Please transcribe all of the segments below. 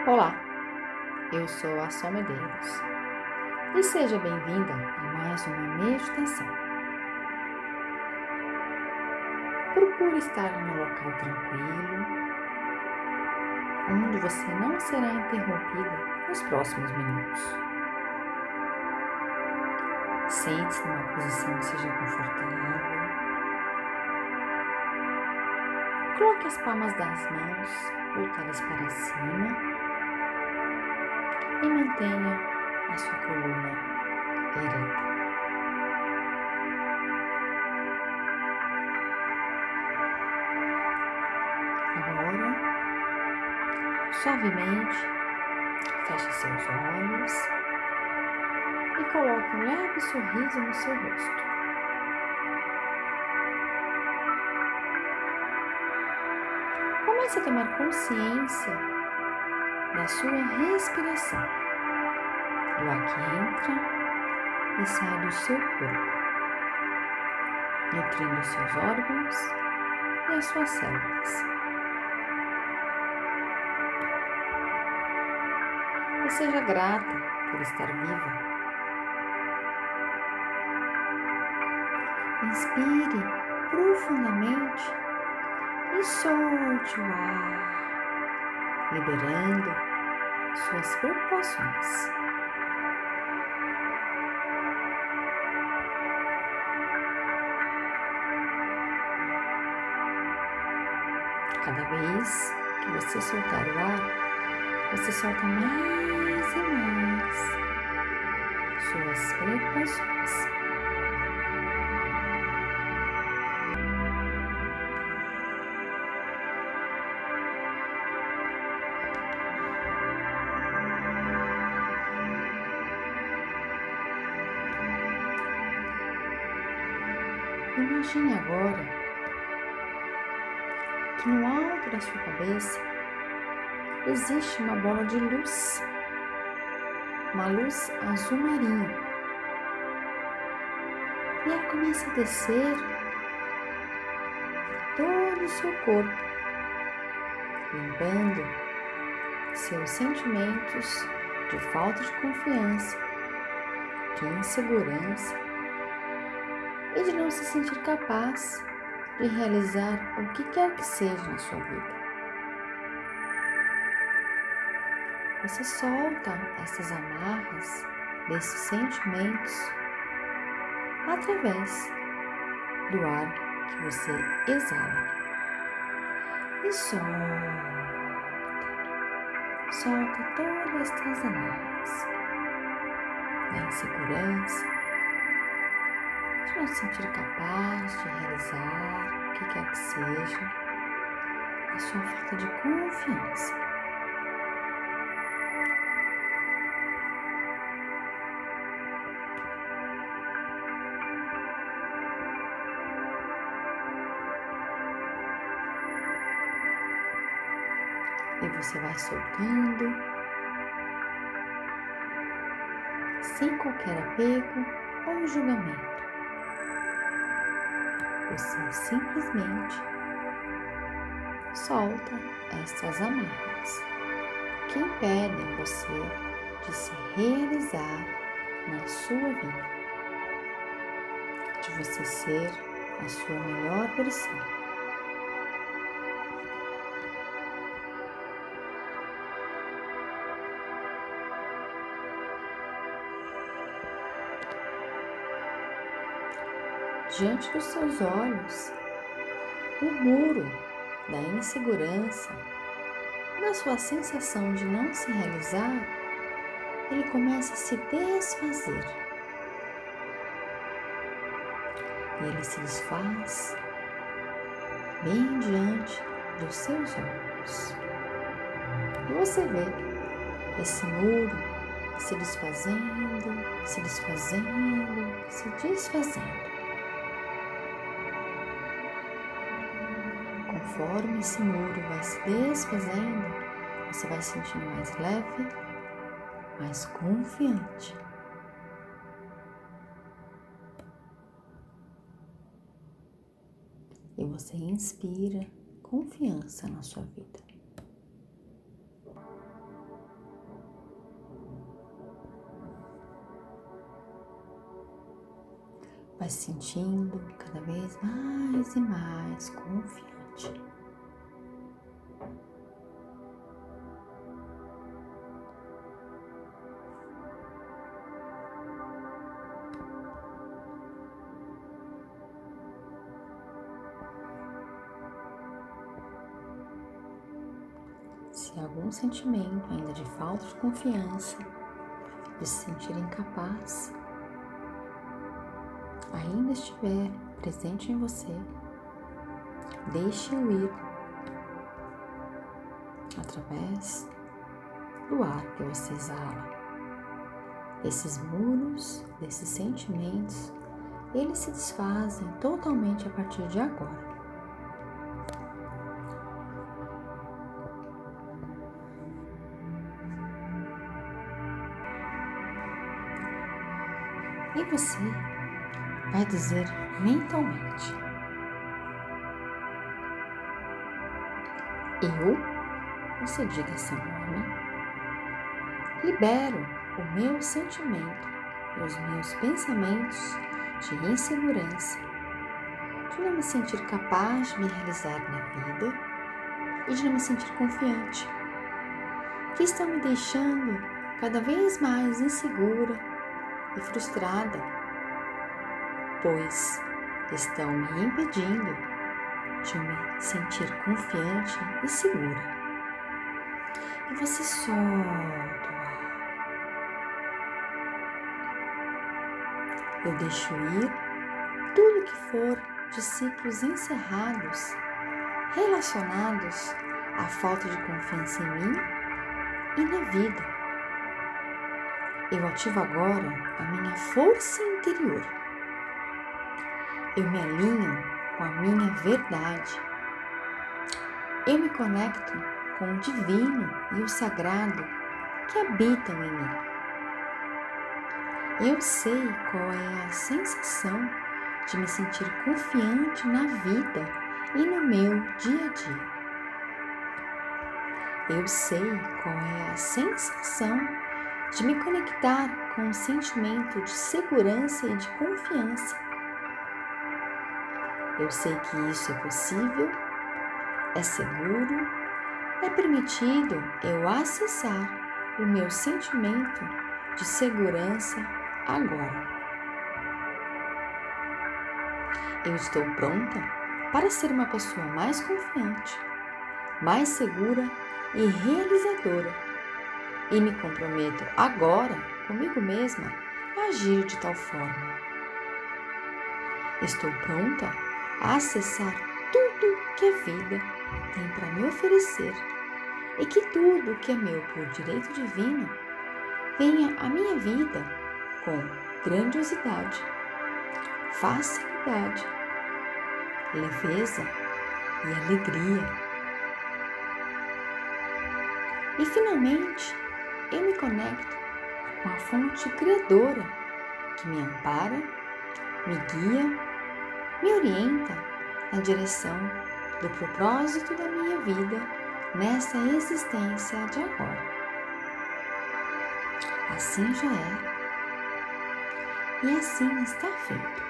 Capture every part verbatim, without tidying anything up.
Olá, eu sou a Sol Medeiros e seja bem-vinda a mais uma meditação. Procure estar em um local tranquilo, onde você não será interrompida nos próximos minutos. Sente-se numa posição que seja confortável. Coloque as palmas das mãos voltadas para cima e mantenha a sua coluna ereta. Agora, suavemente, feche seus olhos e coloque um leve sorriso no seu rosto. Comece a tomar consciência da sua respiração, do ar que entra e sai do seu corpo, nutrindo os seus órgãos e as suas células. E seja grata por estar viva. Inspire profundamente e solte o ar, liberando suas preocupações. Cada vez que você soltar o ar, você solta mais e mais suas preocupações. Imagine agora que no alto da sua cabeça existe uma bola de luz, uma luz azul marinho. E ela começa a descer todo o seu corpo, limpando seus sentimentos de falta de confiança, de insegurança e de não se sentir capaz de realizar o que quer que seja na sua vida. Você solta essas amarras desses sentimentos através do ar que você exala. E solta, solta todas estas amarras da insegurança, de não se sentir capaz de realizar o que quer que seja, a sua falta de confiança. E você vai soltando, sem qualquer apego ou julgamento. Você simplesmente solta essas amarras que impedem você de se realizar na sua vida, de você ser a sua melhor versão. Diante dos seus olhos, o muro da insegurança, da sua sensação de não se realizar, ele começa a se desfazer. E ele se desfaz bem diante dos seus olhos. E você vê esse muro se desfazendo, se desfazendo, se desfazendo. Conforme esse muro vai se desfazendo, você vai se sentindo mais leve, mais confiante. E você inspira confiança na sua vida. vai se sentindo cada vez mais e mais confiante. Se algum sentimento ainda de falta de confiança, de se sentir incapaz, ainda estiver presente em você, deixe-o ir através do ar que você exala. Esses muros, desses sentimentos, eles se desfazem totalmente a partir de agora. E você vai dizer mentalmente: eu, você diga seu nome, libero o meu sentimento e os meus pensamentos de insegurança, de não me sentir capaz de me realizar na vida e de não me sentir confiante, que estão me deixando cada vez mais insegura e frustrada, pois estão me impedindo de me sentir confiante e segura. E você solta o ar. Eu deixo ir tudo que for de ciclos encerrados relacionados à falta de confiança em mim e na vida. Eu ativo agora a minha força interior. Eu me alinho com a minha verdade. Eu me conecto com o divino e o sagrado que habitam em mim. Eu sei qual é a sensação de me sentir confiante na vida e no meu dia a dia. Eu sei qual é a sensação de me conectar com um sentimento de segurança e de confiança. Eu sei que isso é possível, é seguro, é permitido eu acessar o meu sentimento de segurança agora. Eu estou pronta para ser uma pessoa mais confiante, mais segura e realizadora. E me comprometo agora, comigo mesma, a agir de tal forma. Estou pronta a acessar tudo que a vida tem para me oferecer e que tudo que é meu por direito divino venha à minha vida com grandiosidade, facilidade, leveza e alegria. E finalmente, eu me conecto com a fonte criadora que me ampara, me guia, me orienta na direção do propósito da minha vida nessa existência de agora. Assim já é e assim está feito.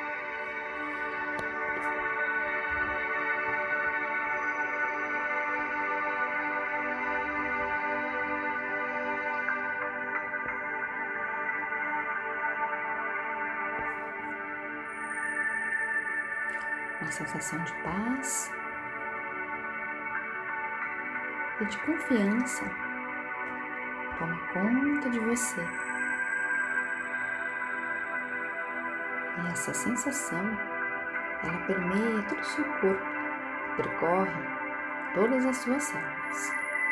Uma sensação de paz e de confiança toma conta de você. E essa sensação, ela permeia todo o seu corpo, percorre todas as suas células.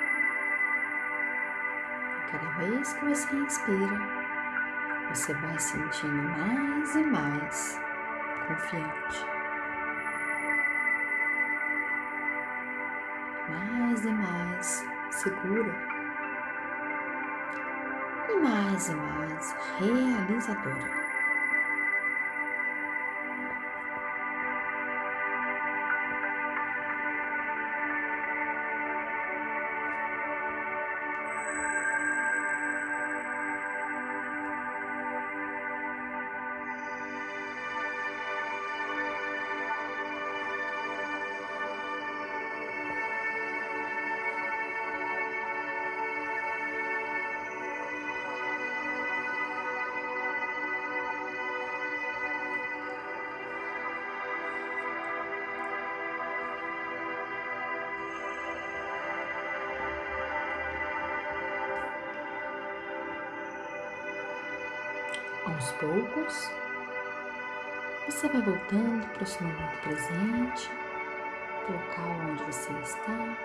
E cada vez que você inspira, você vai se sentindo mais e mais confiante. Mais e mais segura e mais e mais realizadora. Aos poucos, você vai voltando para o seu momento presente, para o local onde você está,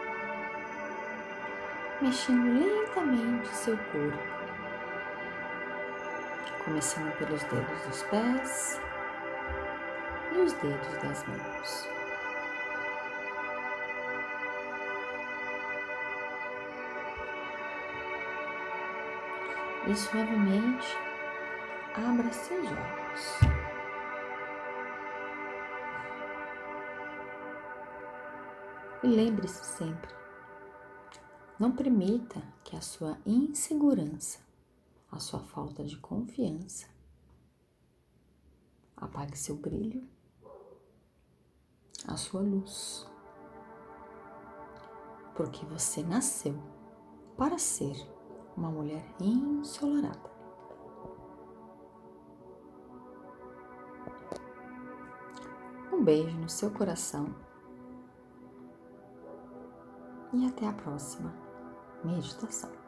mexendo lentamente seu corpo, começando pelos dedos dos pés e os dedos das mãos. E suavemente abra seus olhos. E lembre-se sempre, não permita que a sua insegurança, a sua falta de confiança, apague seu brilho, a sua luz. Porque você nasceu para ser uma mulher ensolarada. Um beijo no seu coração e até a próxima meditação.